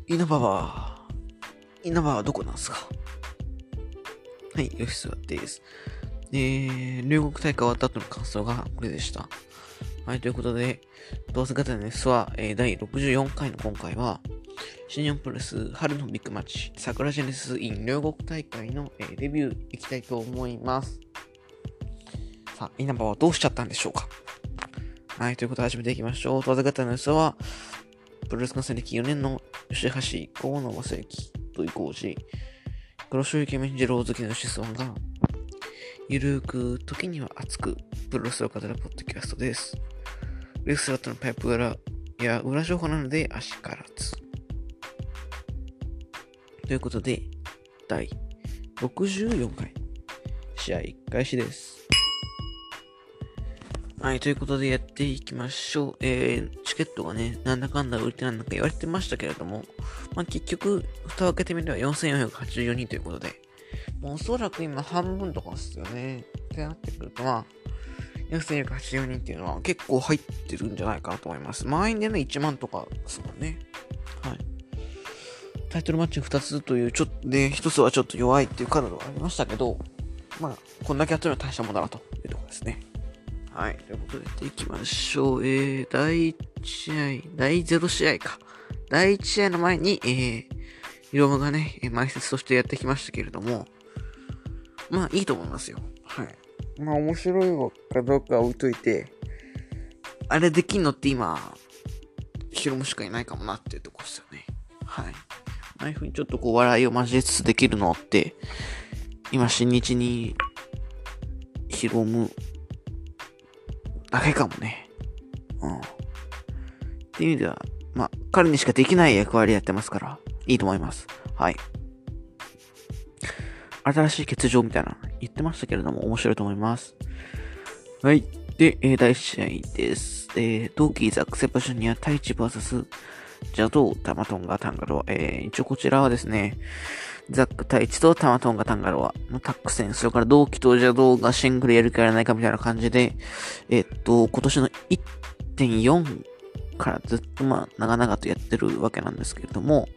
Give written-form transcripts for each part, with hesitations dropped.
稲葉はどこなんですか？はい、吉沢です。両国大会終わった後の感想がこれでした。はい、ということで、どうせガタネスは、第64回の今回は、新日本プロレス春のビッグマッチ、桜ジェネシス in 両国大会の、レビューいきたいと思います。さあ、稲葉はどうしちゃったんでしょうか？はい、ということで始めていきましょう。どうせガタネスは、プロレスの戦歴4年の吉橋、河野正幸、土井浩二、黒潮イケメン二郎好きの吉村が、ゆるーく、時には熱く、プロレスを語るポッドキャストです。レスラーとのパイプ裏や裏情報なので、足からず。ということで、第64回、試合開始です。はい、ということでやっていきましょう。チケットがね、なんだかんだ売れてなんだか言われてましたけれども、結局、蓋を開けてみれば4484人ということで、もうおそらく今半分とかですよね。ってなってくると、4484人っていうのは結構入ってるんじゃないかなと思います。満員でね、1万とかですもんね。はい。タイトルマッチ2つという、1つはちょっと弱いっていうカードがありましたけど、こんだけやってるのは大したもんだなというところですね。はい。ということで、やっていきましょう。第0試合か。第1試合の前に、ヒロムがね、前説としてやってきましたけれども、いいと思いますよ。はい。面白いかどうか置いといて、あれできんのって今、ヒロムしかいないかもなっていうところですよね。はい。ああいう風にちょっと笑いを交えつつできるのって、今、新日に、ヒロム、だけかもね。っていう意味では、彼にしかできない役割やってますから、いいと思います。はい。新しい欠場みたいな言ってましたけれども、面白いと思います。はい。で、第1試合です。同期ザックセパジュニア、タイチ VS 邪道、タマトンガ、タンガロア。一応こちらはですね、ザックタイチとタマトンガ、タンガロアのタッグ戦、それから同期と邪道がシングルやるかやらないかみたいな感じで、今年の 1.4 からずっと長々とやってるわけなんですけれども、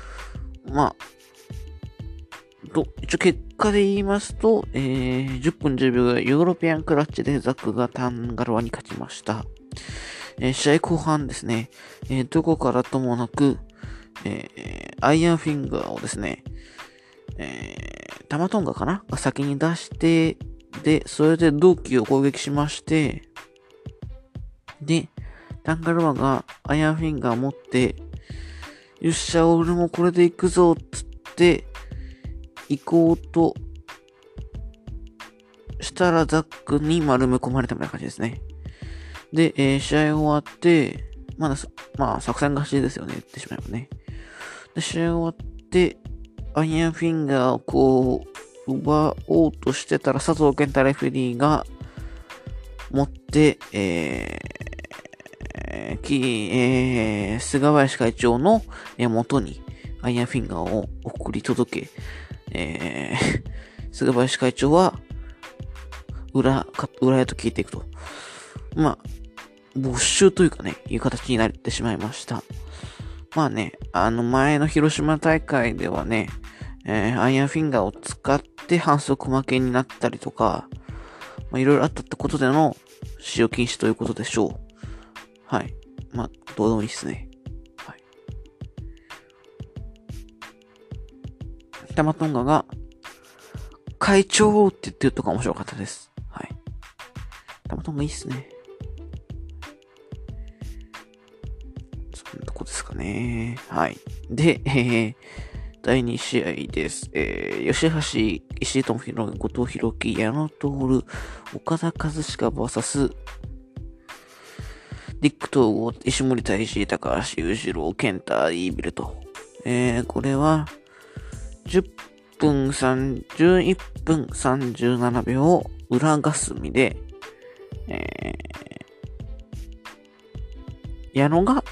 一応結果で言いますと、10分10秒がヨーロピアンクラッチでザックがタンガロアに勝ちました。試合後半ですね、どこからともなく、アイアンフィンガーをですね、タマトンガかなが先に出して、で、それで同期を攻撃しまして、で、タンガロアがアイアンフィンガーを持って、よっしゃ、俺もこれで行くぞ、つって、行こうとしたらザックに丸め込まれたみたいな感じですね。で、試合終わって、作戦勝ちですよね、言ってしまえばね。で、試合終わって、アイアンフィンガーを奪おうとしてたら、佐藤健太レフェリーが持って、菅林会長の元にアイアンフィンガーを送り届け、菅林会長は裏へと聞いていくと。没収というかね、いう形になってしまいました。前の広島大会ではね、アイアンフィンガーを使って反則負けになったりとか、いろいろあったってことでの使用禁止ということでしょう。はい。どうでもいいですね。はい。タマトンガが、会長って言ってるとか面白かったです。はい。タマトンガいいっすね。そんなとこですかね。はい。で、第2試合です。吉橋、石井智弘、後藤弘樹、矢野徹、岡田和親 VS、ディック統合、石森大志、高橋裕次郎、健太、イービルと。これは、11分37秒裏霞で、矢野が、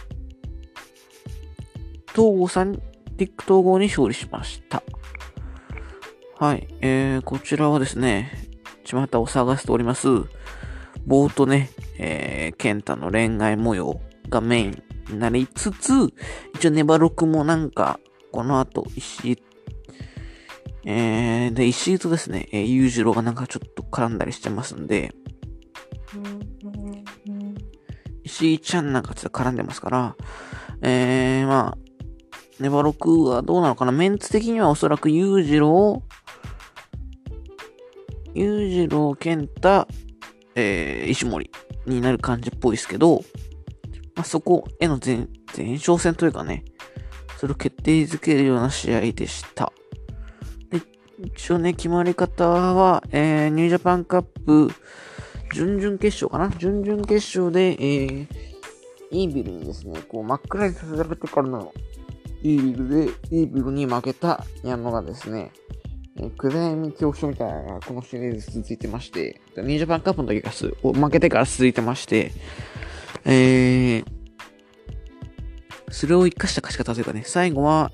ディック統合に勝利しました。はい。こちらはですね、巷を探しております、冒頭ね、健太の恋愛模様がメインなりつつ、一応ネバロクもなんか、この後、石井とですね、裕次郎がなんかちょっと絡んだりしてますんで、石井ちゃんなんかちょっと絡んでますから、まあ、ネバロクはどうなのかな。メンツ的にはおそらく裕次郎、健太、石森になる感じっぽいですけど、まあ、そこへの前哨戦というかね、それを決定づけるような試合でした。で、一応ね、決まり方は、ニュージャパンカップ、準々決勝かな。準々決勝で、イービルにですね、こう真っ暗にさせられてからのイービルに負けた矢野がですね、暗闇恐怖症みたいなのがこのシリーズ続いてまして、ニュージャパンカップの時が負けてから続いてまして、それを生かした勝ち方というかね、最後は、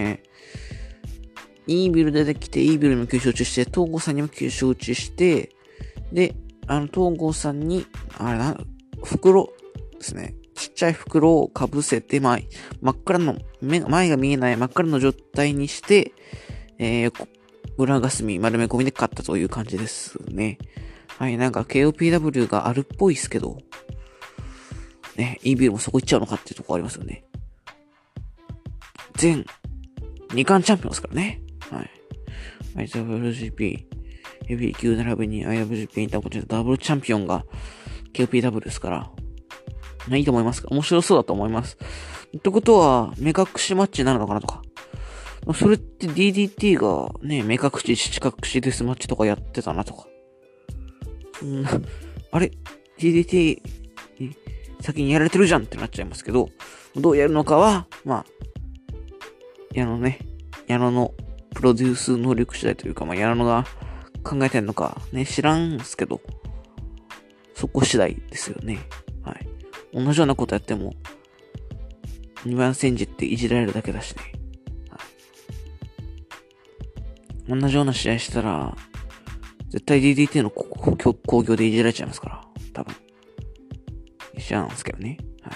イービル出てきて、イービルにも急所打ちして、東郷さんにも急所打ちして、で、東郷さんに、袋ですね。ちっちゃい袋をかぶせて、真っ暗の、前が見えない真っ暗の状態にして、裏霞丸め込みで勝ったという感じですね。はい、なんか KOPW があるっぽいですけど、ね、イービルもそこ行っちゃうのかっていうところありますよね。全2冠チャンピオンですからね。はい。IWGP、ヘビー級並びに IWGP インターコンチネンタルダブルチャンピオンが KOPW ですから、いいと思いますか？面白そうだと思います。ってことは、目隠しマッチになるのかなとか。それって DDT がね、目隠し、七隠しデスマッチとかやってたなとか。あれ ?DDT に先にやられてるじゃんってなっちゃいますけど、どうやるのかは、まあ、矢野のプロデュース能力次第というか、矢野が考えてんのかね、知らんすけど、そこ次第ですよね。はい。同じようなことやっても、2番戦時っていじられるだけだしね。はい、同じような試合したら、絶対 DDT の興行でいじられちゃいますから、多分。一緒なんですけどね。はい。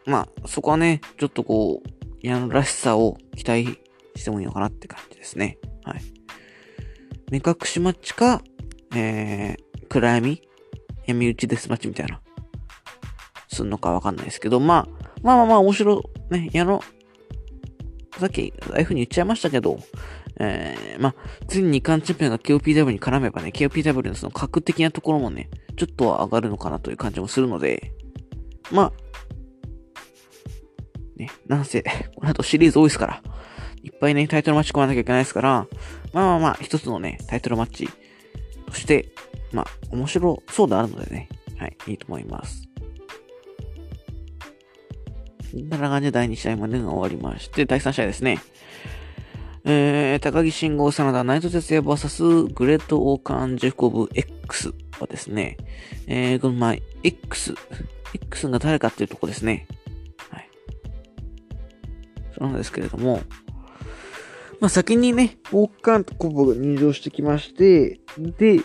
まあ、そこはね、ちょっとこう、矢野らしさを期待してもいいのかなって感じですね。はい。目隠しマッチか、暗闇闇打ちデスマッチみたいな。すんのかわかんないですけど、まあ、面白い。ね、矢野、さっき、ああいう風に言っちゃいましたけど、次に2冠チャンピオンが KOPW に絡めばね、KOPW のその格的なところもね、ちょっとは上がるのかなという感じもするので、ね、なんせ、この後シリーズ多いですから、いっぱいね、タイトルマッチ組まなきゃいけないですから、一つのね、タイトルマッチとして、面白そうであるのでね、はい、いいと思います。こんな感じで第2試合までが終わりまして、第3試合ですね。高木信号真田、内藤哲也 VS グレートオーカンジェフコブ X はですね、この前、X が誰かっていうとこですね。はい。そうなんですけれども、先にね、オーカンとコブが入場してきまして、で、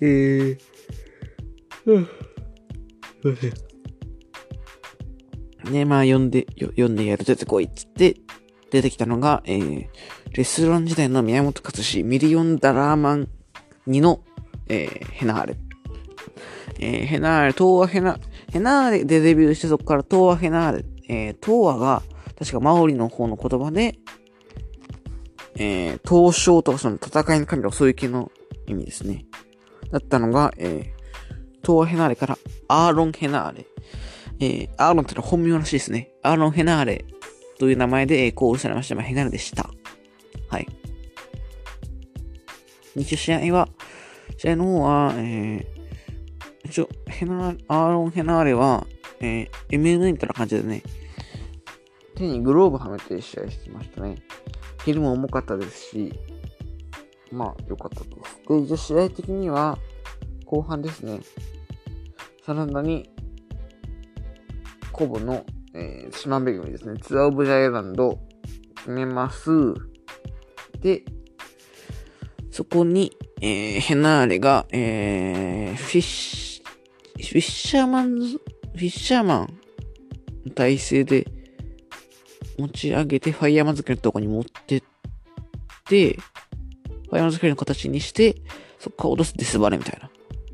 ね、呼んでやる出てこいっつって、出てきたのが、レストラン時代の宮本勝志、ミリオンダラーマン2の、ヘナーレ。ヘナーレでデビューしてそこから東和ヘナーレ。東和が、確かマオリの方の言葉で、東証とかその戦いの神とかそういう系の意味ですね。だったのが、東和ヘナーレからアーロンヘナーレ。アーロンってのは本名らしいですね。アーロンヘナーレという名前でコールされました。ヘナーレでした。はい。試合の方は、アーロンヘナーレは、MMA みたいな感じでね、手にグローブはめて試合してましたね。昼も重かったですし、良かったです。で、試合的には、後半ですね。真田に、コブの、島べ組ですね。ツアーオブジャイランド決めます。で、そこに、ヘナーレが、フィッシャーマン体勢で持ち上げて、ファイヤーマン作りのとこに持ってって、ファイヤーマン作りの形にして、そこから落とすデスバレみたいな。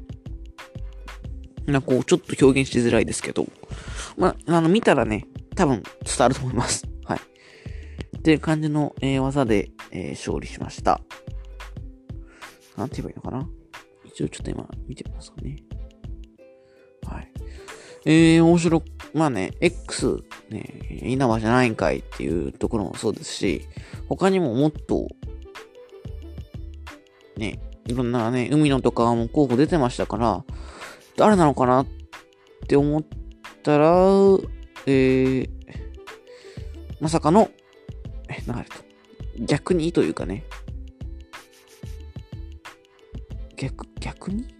こう、ちょっと表現しづらいですけど、見たらね、多分伝わると思います。はい。っていう感じの、技で、勝利しました。なんて言えばいいのかな？一応ちょっと今見てみますかね。はい。面白、X、ね、稲葉じゃないんかいっていうところもそうですし、他にももっと、ね、いろんなね、海野とかも候補出てましたから、誰なのかなって思ったら、まさかの、逆にというかね、逆に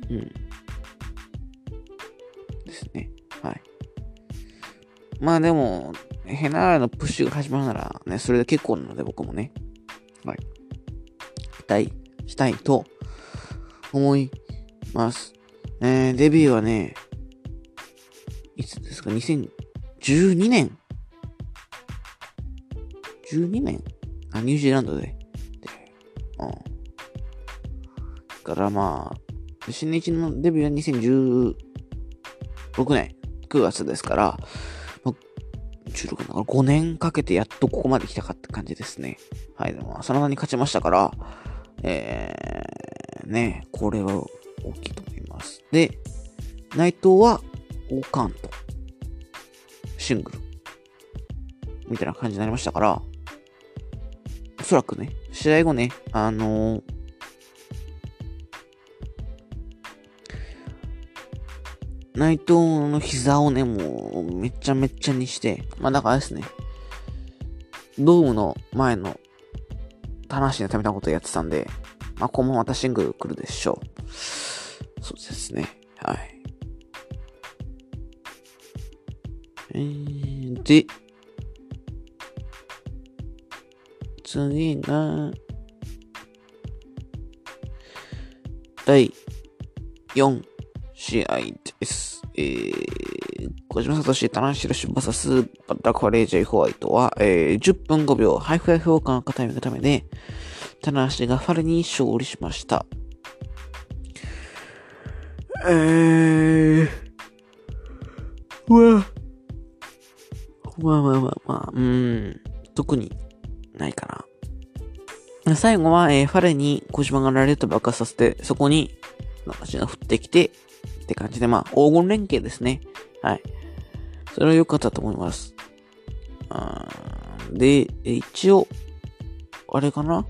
ですね。はい。でも、ヘナーレのプッシュが始まるならね、それで結構なので僕もね、はい。期待したいと思います。デビューはね、いつですか？ 2012 年 ?12 年ニュージーランドで。から新日のデビューは2016年9月ですから、16年だから5年かけてやっとここまで来たかって感じですね。はい、でもその名に勝ちましたから、これは大きいと思います。で、内藤は王冠とシングルみたいな感じになりましたから、おそらくね、試合後ね、内藤の膝をね、もうめちゃめちゃにして、だからですね、ドームの前の棚橋にためたことをやってたんで、今後またシングル来るでしょう。そうですね。はい。で、次が、第4試合です。小島聡、棚橋宏 VS バッターカレージェイ・ホワイトは、10分5秒ハイフライ評価の固めのためで、棚橋がファレに勝利しました。特にないかな。最後は、ファレに小島がラレット爆発させて、そこに、足が降ってきて、って感じで、黄金連携ですね。はい。それは良かったと思います。で、一応、あれかな？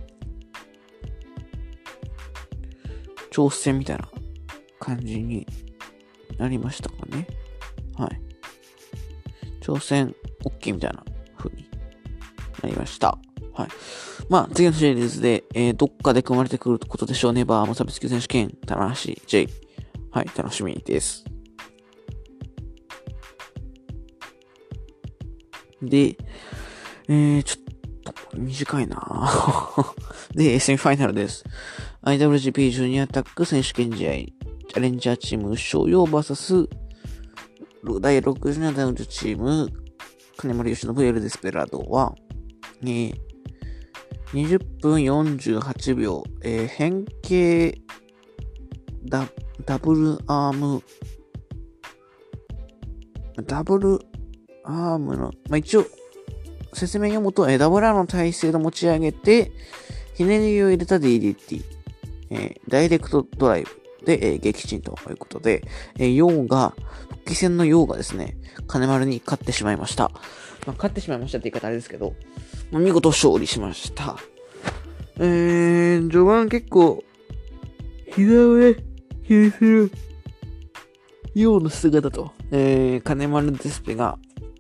挑戦みたいな感じになりましたかね。はい。挑戦 OK みたいな風になりました。はい。次のシリーズで、どっかで組まれてくることでしょうね。バー無差別級選手権、棚橋 J。はい、楽しみです。で、ちょっと短いなで、セミファイナルです。IWGP ジュニアタック選手権試合、チャレンジャーチーム、翔陽 VS、第67代のチーム、金丸義信エル・デスペラードは、20分48秒、変形ダブルアームの、一応、説明読むと、ダブルアームの体勢で持ち上げて、ひねりを入れた DDT、ダイレクトドライブで、撃沈ということで、復帰戦のヨウがですね、金丸に勝ってしまいました。勝ってしまいましたって言い方あれですけど、見事勝利しました。序盤結構、膝をね、気にするような姿と、金丸デスペが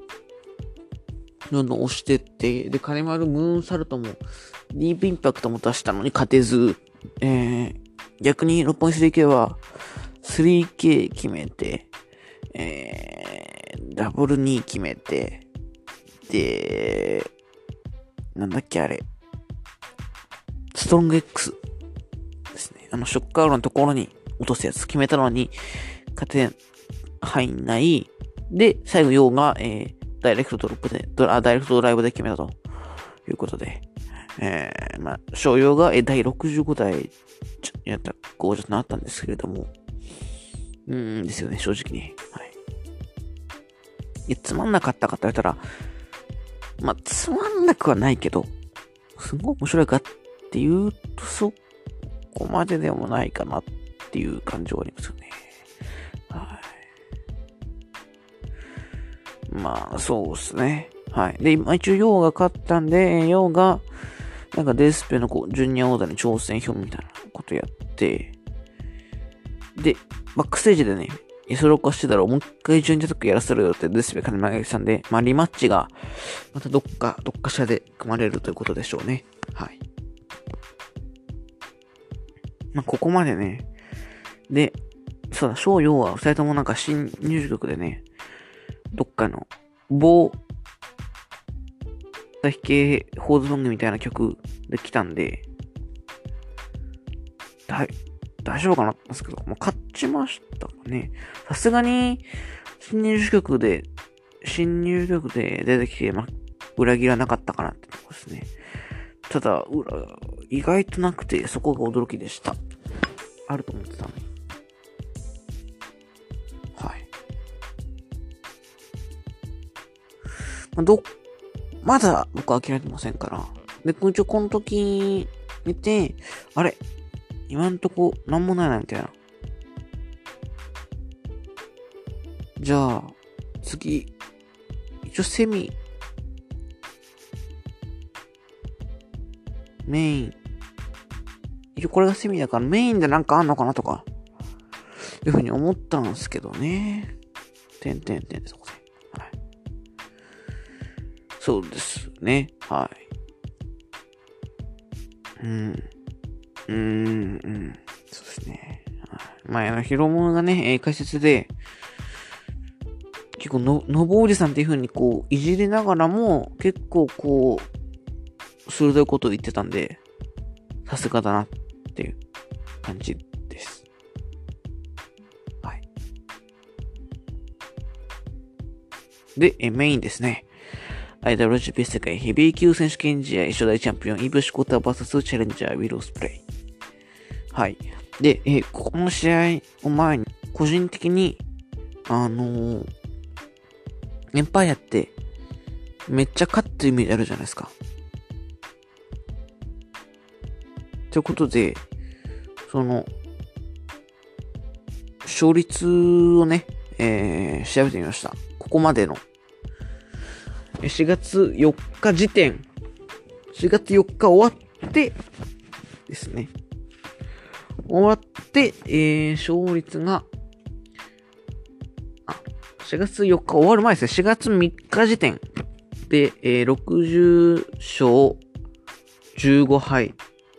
どんどん押してって、で、金丸ムーンサルトもディープインパクトも出したのに勝てず、逆に六本木 3K は 3K 決めて、ダブル2決めて、で、なんだっけあれ、ストロング X ですね。ショックアウトのところに落とすやつ決めたのに、勝て入んない。で、最後、ヨウが、 ダイレクトドライブで決めたということで、商用が第65代やったゴージャスになったんですけれども、ですよね、正直に。はい。いや、つまんなかったかって言われたら、つまんなくはないけど、すごい面白いかっていうと、そこまででもないかなっていう感情はありますよね。はい。そうですね。はい。で、今一応ヨウが勝ったんで、ヨウが、なんかデスペのジュニアオーダーに挑戦表みたいなことやって、で、バックステージでね、それをかしてたら、もう一回ジュニアタックやらせろよってデスペ金曲げしたんで、リマッチが、またどっかしらで組まれるということでしょうね。はい。ここまでね。で、そうだ、翔陽は二人ともなんか新入局でね、どっかの某弾系報道番組みたいな曲で来たんで、大丈夫かなってますけど、もう勝ちましたかね。さすがに新入局で出てきて、裏切らなかったかなってとこですね。ただ、意外となくて、そこが驚きでした。あると思ってたのに。はい。まだ僕は諦めてませんから。で、一応この時見て、あれ今んとこなんもないなみたいな。じゃあ、次、一応メイン。一応これがセミだからメインでなんかあんのかなとか、いうふうに思ったんですけどね。てんってそこで。はい。そうですね。はい。そうですね。ヒロモがね、解説で、結構のぼおじさんっていう風にいじりながらも、結構鋭いことを言ってたんで、さすがだなっていう感じです。はい。で、メインですね。IWGP 世界ヘビー級選手権試合初代チャンピオンイブシコタ VS チャレンジャーウィル・オスプレイ。はい。で、この試合を前に、個人的に、エンパイアってめっちゃ勝ってるイメージあるじゃないですか。ということで、勝率をね、調べてみました。ここまでの。4月4日時点。4月4日終わってですね。終わって、勝率が、4月4日終わる前ですね。4月3日時点で、60勝15敗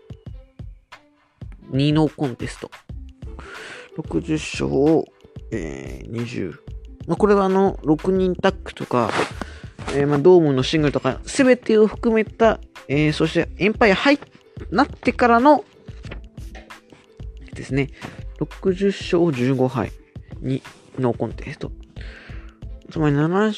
2ノーコンテスト。60勝、20。これは6人タッグとか、ドームのシングルとか、すべてを含めた、そしてエンパイアなってからの、ですね、60勝15敗にノーコンテスト。つまり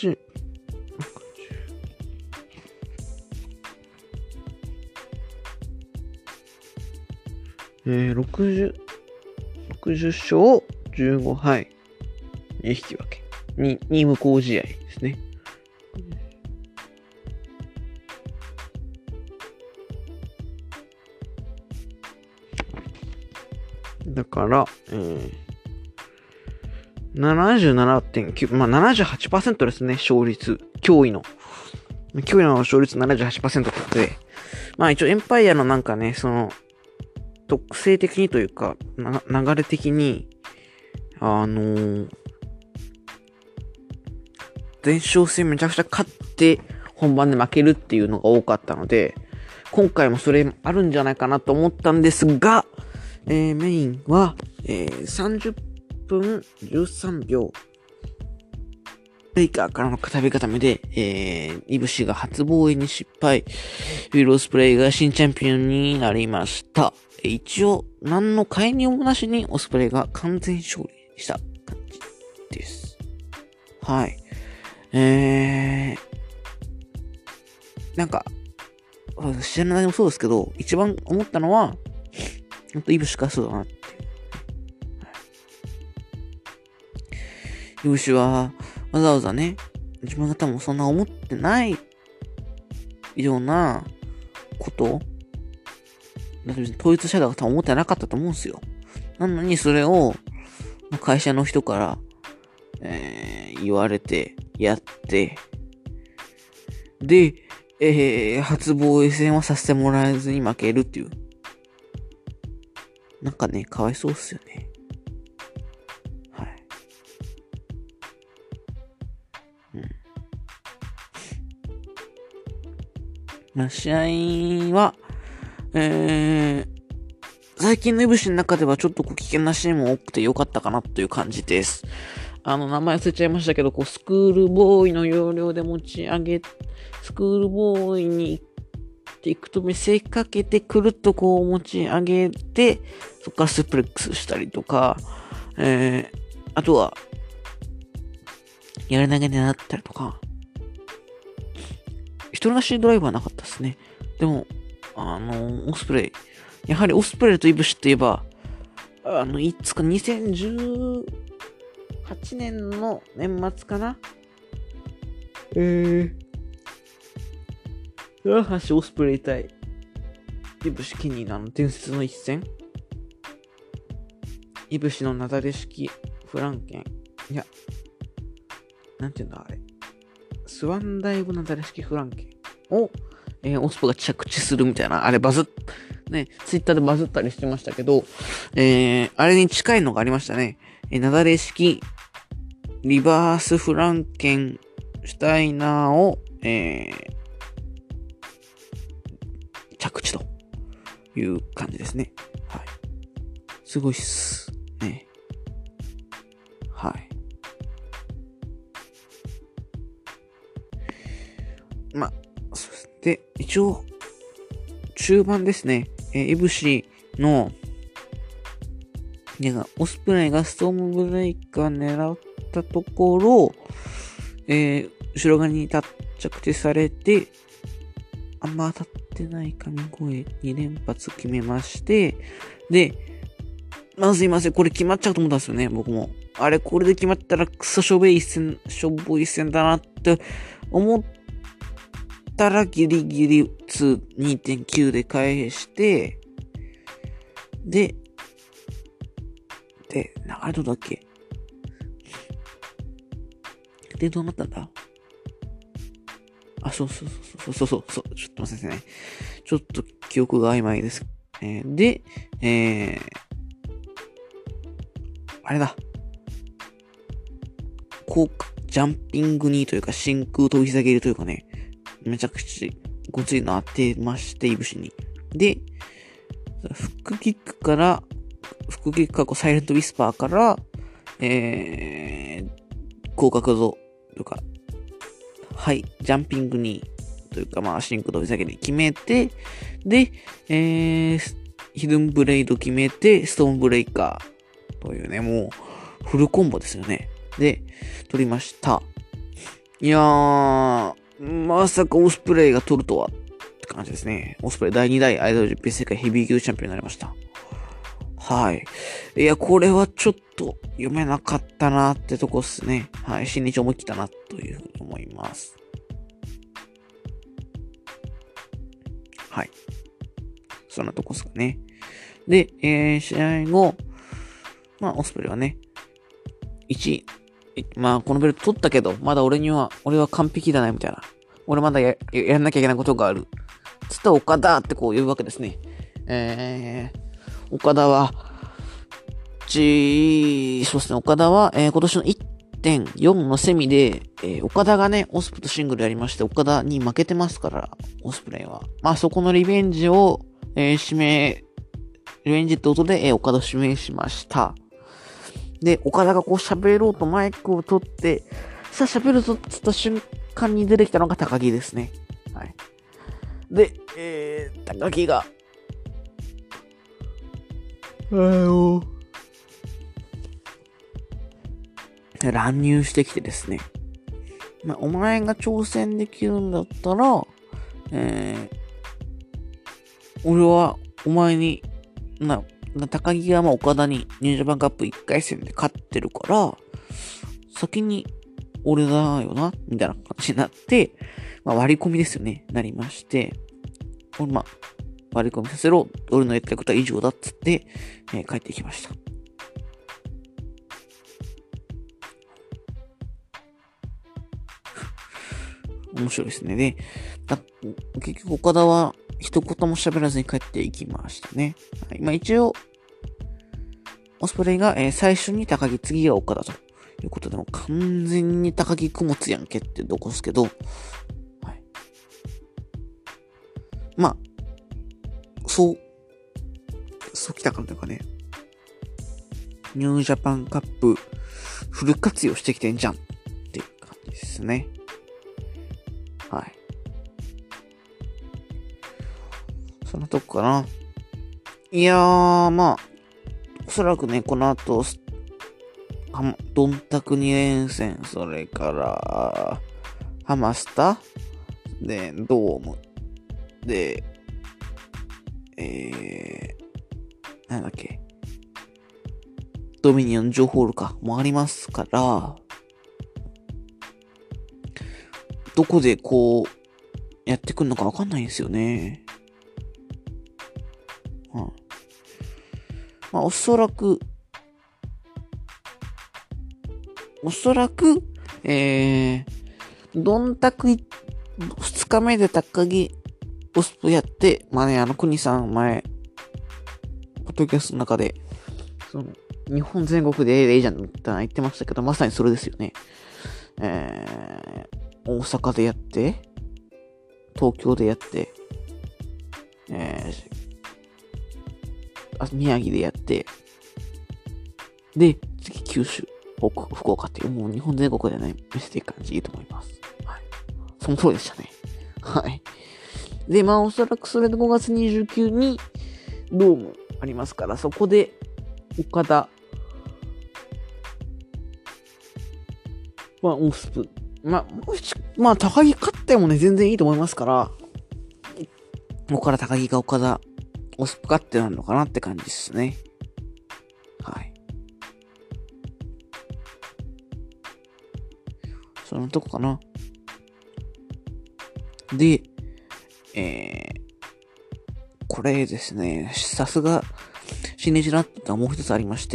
70、60勝15敗2引き分け。2無効試合ですね。だから、77.9、78% ですね、勝率。驚異の勝率 78% ってことで、一応エンパイアのなんかね、特性的にというか、流れ的に、前哨戦めちゃくちゃ勝って本番で負けるっていうのが多かったので、今回もそれあるんじゃないかなと思ったんですが、メインは、30分13秒。ベイカーからの片目固めで、イブシが初防衛に失敗。ウィル・オスプレイが新チャンピオンになりました。一応、何の介入もなしにオスプレイが完全勝利した感じです。はい。 なんか、知らないもそうですけど、一番思ったのは、ほんとイブシかそうだなっていう。イブシは、わざわざね、自分が多分そんな思ってないようなことだって別に統一したとか多分思ってなかったと思うんですよ。なのにそれを、会社の人から、言われて、やって、で、初防衛戦はさせてもらえずに負けるっていう。なんかね、かわいそうっすよね。はい。まあ、試合は、最近のイブシの中ではちょっと危険なシーンも多くて良かったかなという感じです。名前忘れちゃいましたけど、スクールボーイの要領で持ち上げ、スクールボーイに行っていくと見せかけてくるっと持ち上げて、そこからスプレックスしたりとか、あとは、やり投げ狙ったりとか、一人なしドライブはなかったですね。でも、オスプレイ、やはりオスプレイとイブシって言えば、いつか2018年の年末かな倉橋オスプレイ対イブシ・ケニーの伝説の一戦、イブシのなだれ式フランケン、いや、なんていうんだあれ、スワンダイブなだれ式フランケンを、オスプが着地するみたいな、あれね、ツイッターでバズったりしてましたけど、あれに近いのがありましたね。なだれ式リバースフランケンシュタイナーを、着地という感じですね。はい。すごいっす。ね。はい。まあ、そうです。で、一応、中盤ですね。イブシの、オスプレイがストームブレイカー狙ったところ、後ろ側に着地されて、あんま当たってない神声2連発決めまして、で、まずいません、これ決まっちゃうと思ったんですよね、僕も。あれ、これで決まったらクソしょぼい一戦だなって思ったらギリギリ2.9 で返して、で、流れどうだっけで、どうなったんだそう、ちょっと待ってね。ちょっと記憶が曖昧です。で、あれだ。ジャンピングにというか、真空飛び下げるというかね、めちゃくちゃごついの当てまして、イブシに。で、フックキックから、サイレントウィスパーから、広角度というか、はい、ジャンピングにというか、真空飛び下げに決めて、で、ヒドゥンブレイド決めて、ストーンブレイカーというね、もう、フルコンボですよね。で、取りました。いやー、まさかオスプレイが取るとは、って感じですね。オスプレイ第2代アイドル10世界ヘビー級チャンピオンになりました。はい。いや、これはちょっと読めなかったなってとこっすね。はい。新日思い切ったなというふうに思います。はい。そんなとこっすかね。で、試合後、オスプレイはね、このベルト取ったけど、まだ俺は完璧だな、みたいな。俺まだやらなきゃいけないことがある。つったら岡田って言うわけですね。岡田は、そうですね、岡田は、今年の 1.4 のセミで、岡田がね、オスプとシングルやりまして、岡田に負けてますから、オスプレイは。そこのリベンジを、リベンジってことで、岡田を指名しました。で、岡田が喋ろうとマイクを取って、さあ喋るぞって言った瞬間に出てきたのが高木ですね。はい。で、高木が、乱入してきてですね。 まあ、お前が挑戦できるんだったら、俺はお前に、高木が岡田にニュージャパンカップ1回戦で勝ってるから、先に俺だよな、みたいな感じになって、割り込みですよね、なりまして、割り込みさせろ、俺のやったことは以上だっつって、帰ってきました。面白いですね。で、結局岡田は一言も喋らずに帰っていきましたね。はい、一応、オスプレイが、最初に高木、次が岡田ということでも完全に高木供物やんけってどこですけど、はい。そう来たかというかね、ニュージャパンカップフル活用してきてんじゃんっていう感じですね。はい。そのとこかな。いやー、おそらくね、この後、ドンタク2連戦、それから、ハマスタで、ドームで、なんだっけ、ドミニオン情報ールか、もありますから、どこでやってくるのかわかんないんですよね。おそらく、ドンタク2日目で高木、オスプやって、国さん前、ポッドキャストの中で、日本全国でいいじゃんって言ってましたけど、まさにそれですよね。大阪でやって、東京でやって、宮城でやって、で、次九州、福岡っていう、もう日本全国でね、見せていく感じいいと思います。はい。その通りでしたね。はい。で、おそらくそれで5月29日にドームありますから、そこで岡田、オスプ、高木勝ってもね、全然いいと思いますから、ここから高木が岡田、オスプ勝ってなるのかなって感じですね。はい。そのとこかな。で、これですね、さすが、新日だったもう一つありまして、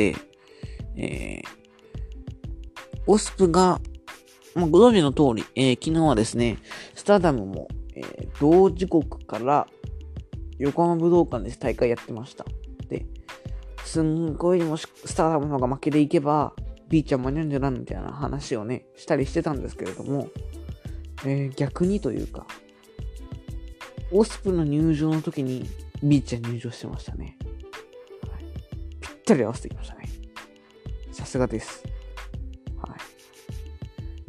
オスプが、ご存知の通り、昨日はですね、スターダムも、同時刻から横浜武道館で大会やってました。で、すんごいもしスターダムの方が負けでいけば、B ちゃん間に合うんじゃないみたいな話をね、したりしてたんですけれども、逆にというか、オスプの入場の時に B ちゃん入場してましたね。はい、ぴったり合わせてきましたね。さすがです。はい。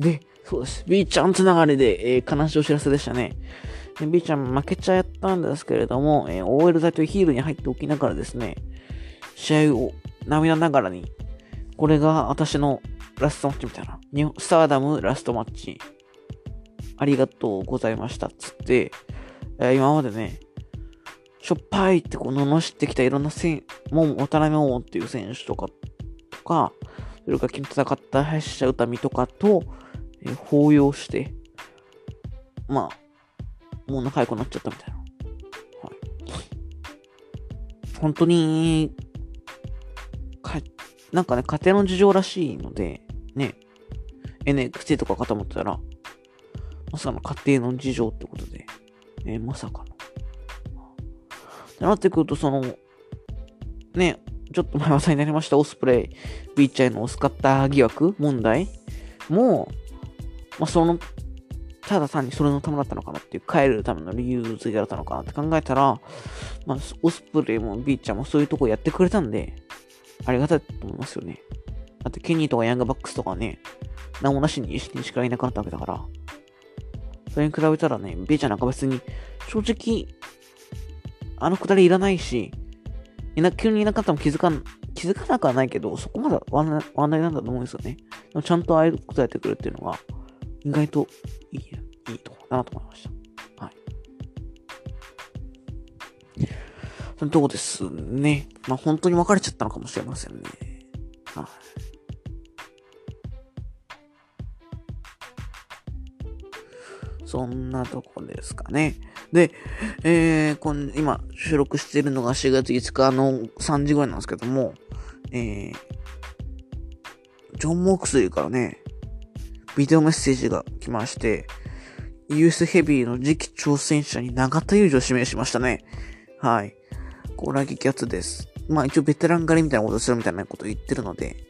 で、そうです。B ちゃんつながりで、悲しいお知らせでしたね。B ちゃん負けちゃったんですけれども、OL 隊というヒールに入っておきながらですね、試合を涙ながらに、これが私のラストマッチみたいな。スターダムラストマッチ。ありがとうございました。つって、今までね、しょっぱいって罵ってきたいろんな渡辺桃っていう選手とか、それから昨日戦った林下歌美とかと、抱擁して、もう仲良くなっちゃったみたいな。はい。本当に、なんかね、家庭の事情らしいので、ね、NXT とかかと思ったら、まさかの家庭の事情ってことで、まさかの。ってなってくると、ちょっと前話題になりましたオスプレイ、ビーチャイのオスカッター疑惑問題も、ただ単にそれのためだったのかなっていう、帰るための理由付けだったのかなって考えたら、オスプレイもビーチャーもそういうとこやってくれたんで、ありがたいと思いますよね。だってケニーとかヤングバックスとかね、何もなしに一日しかいなくなったわけだから、それに比べたらね、ビーチャーなんか別に、正直、あのくだりいらないし、急にいなかったも気づかなくはないけど、そこまでワンナイなんだと思うんですよね。でもちゃんとああいうことやってくるっていうのが、 意外といいところだなと思いました。はい。そのとこですね。本当に別れちゃったのかもしれませんね。はい。そんなとこですかね。で、今収録しているのが4月5日の3時ぐらいなんですけども、ジョン・モークスリーからね、ビデオメッセージが来まして、US ヘビーの次期挑戦者に永田裕二を指名しましたね。はい。これは激アツです。一応ベテラン狩りみたいなことするみたいなことを言ってるので、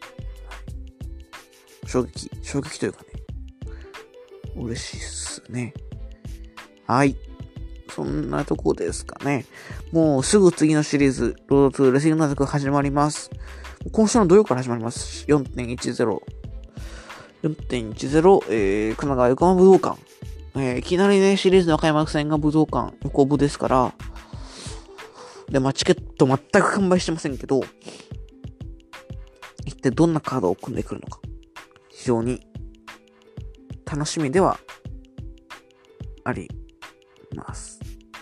衝撃というかね、嬉しいっすね。はい。そんなとこですかね。もうすぐ次のシリーズ、ロードトゥーレスリングナザク始まります。今週の土曜から始まります。4.10。神奈川横浜武道館。いきなりね、シリーズの開幕戦が武道館、横部ですから、で、チケット全く完売してませんけど、一体どんなカードを組んでくるのか、非常に楽しみではあります。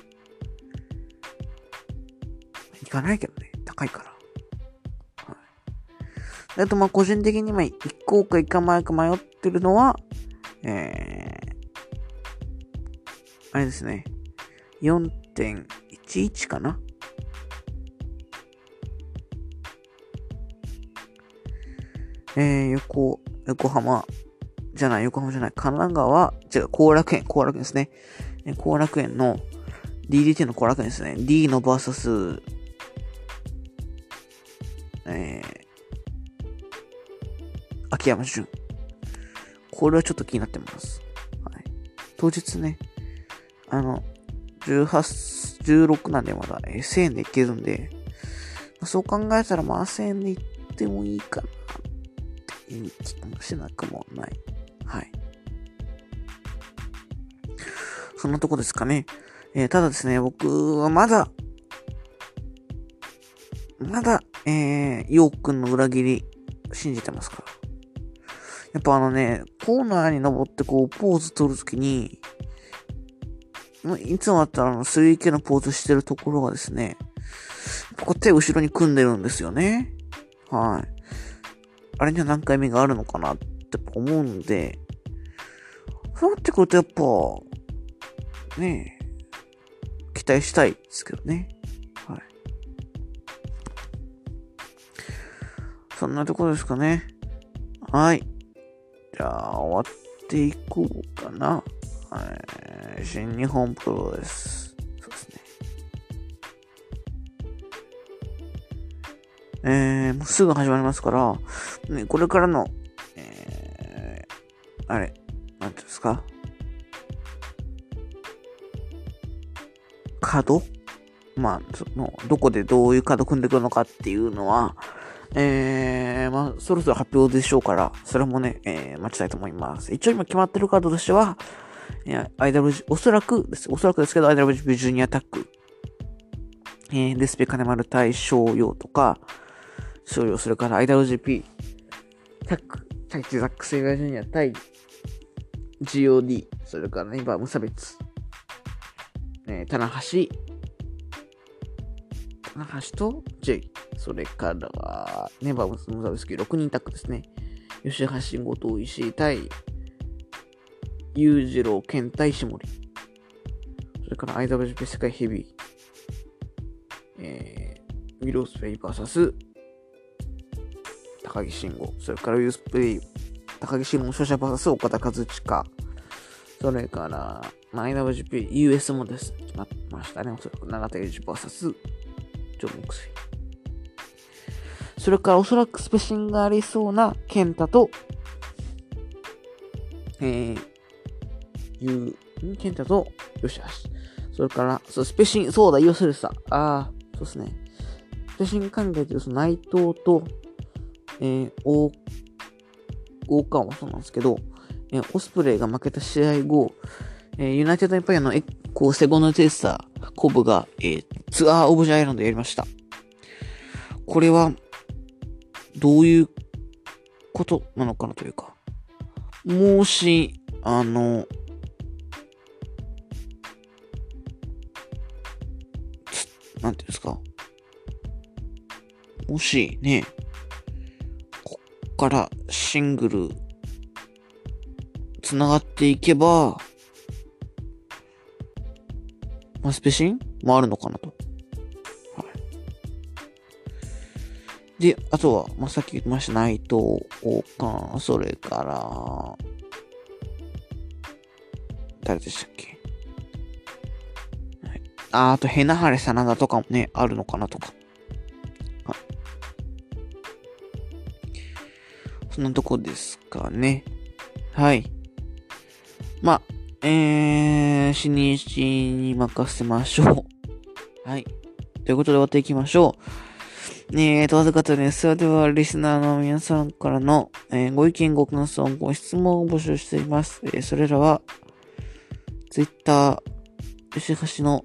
行かないけどね、高いから。はい、あと個人的に行こうか行かないか迷ってるのは、あれですね、4.11 かな。横浜じゃない、神奈川、後楽園ですね。後楽園の、DDT の後楽園ですね。D のバーサス、秋山純。これはちょっと気になってます。はい。当日ね、16なんでまだ1000円で行けるんで、そう考えたら1000円で行ってもいいかなっていう気もしなくもない。はい。そんなとこですかね。ただですね、僕はまだ、ヨウくんの裏切り、信じてますから。やっぱコーナーに登ってポーズ取るときに、いつもだったら3K のポーズしてるところがですね、手を後ろに組んでるんですよね。はい。あれには何回目があるのかなって思うんで、そうなってくるとやっぱ、ねえ、期待したいですけどね。はい。そんなところですかね。はい。じゃあ、終わっていこうかな。新日本プロレス。そうですね。もうすぐ始まりますから、ね、これからの、なんていうんですか、カードどこでどういうカード組んでくるのかっていうのは、そろそろ発表でしょうから、それもね、待ちたいと思います。一応今決まってるカードとしては、おそらくですけど、IWGP ジュニアタック、デスペ金丸対翔陽とか、それから IWGP タック、対ザック・セイバージュニア対 GOD、それからバー無差別、棚橋と J、それからは、バー無差別級6人タックですね。吉橋、後藤、石井対裕次郎、健太、石森。それから IWGP 世界ヘビー、ウィロースペイ VS 高木慎吾。それからウィロースペイ、高木慎吾勝者 VS 岡田和親。それから、IWGP US もです。決まってましたね。おそらく永田裕二 VS ジョン・モクスリー。それからおそらくスペシンがありそうな健太と、健太と吉橋。それから、スペシン、そうだ、言わせるさ。そうですね。スペシン関係で内藤と、王冠はそうなんですけど、オスプレイが負けた試合後、ユナイテッドエンパイアのセゴンドテイスター、コブが、ツアーオブジャイランドやりました。これは、どういうことなのかなというか、もし、 なんていうんですか。もしね、こっからシングル、繋がっていけば、スペシンもあるのかなと。はい。で、あとは、さっき言ってました内藤、王冠、それから、誰でしたっけ。はい。あと、ヘナハレサナダとかもね、あるのかなとか。はい。そんなとこですかね。はい。新日に任せましょう。はい。ということで終わっていきましょう。預かったです。それでは、リスナーの皆さんからの、ご意見、ご感想、ご質問を募集しています。それらは、Twitter、吉橋の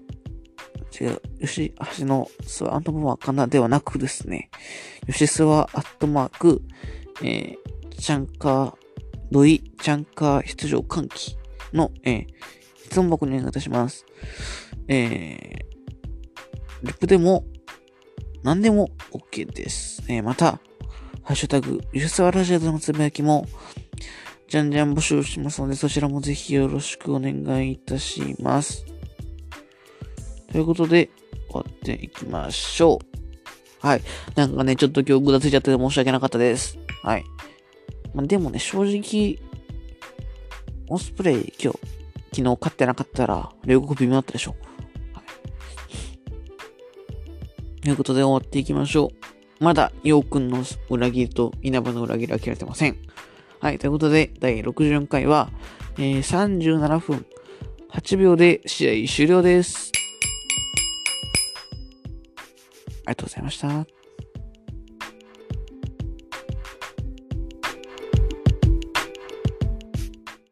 スワアントマーかなではなくですね、吉スワアットマーク、チャンカー出場喚起の、質問箱にお願いいたします。リプでも、何でも OK です。また、ハッシュタグ、吉沢ラジオでのつぶやきも、じゃんじゃん募集しますので、そちらもぜひよろしくお願いいたします。ということで、終わっていきましょう。はい。なんかね、ちょっと今日ぐだついちゃって申し訳なかったです。はい。でもね、正直、オスプレイ昨日買ってなかったら、両国微妙だったでしょ。はい。ということで終わっていきましょう。まだ、ヨウくんの裏切りと稲葉の裏切りは切られてません。はい。ということで、第64回は、37分8秒で試合終了です。ありがとうございました。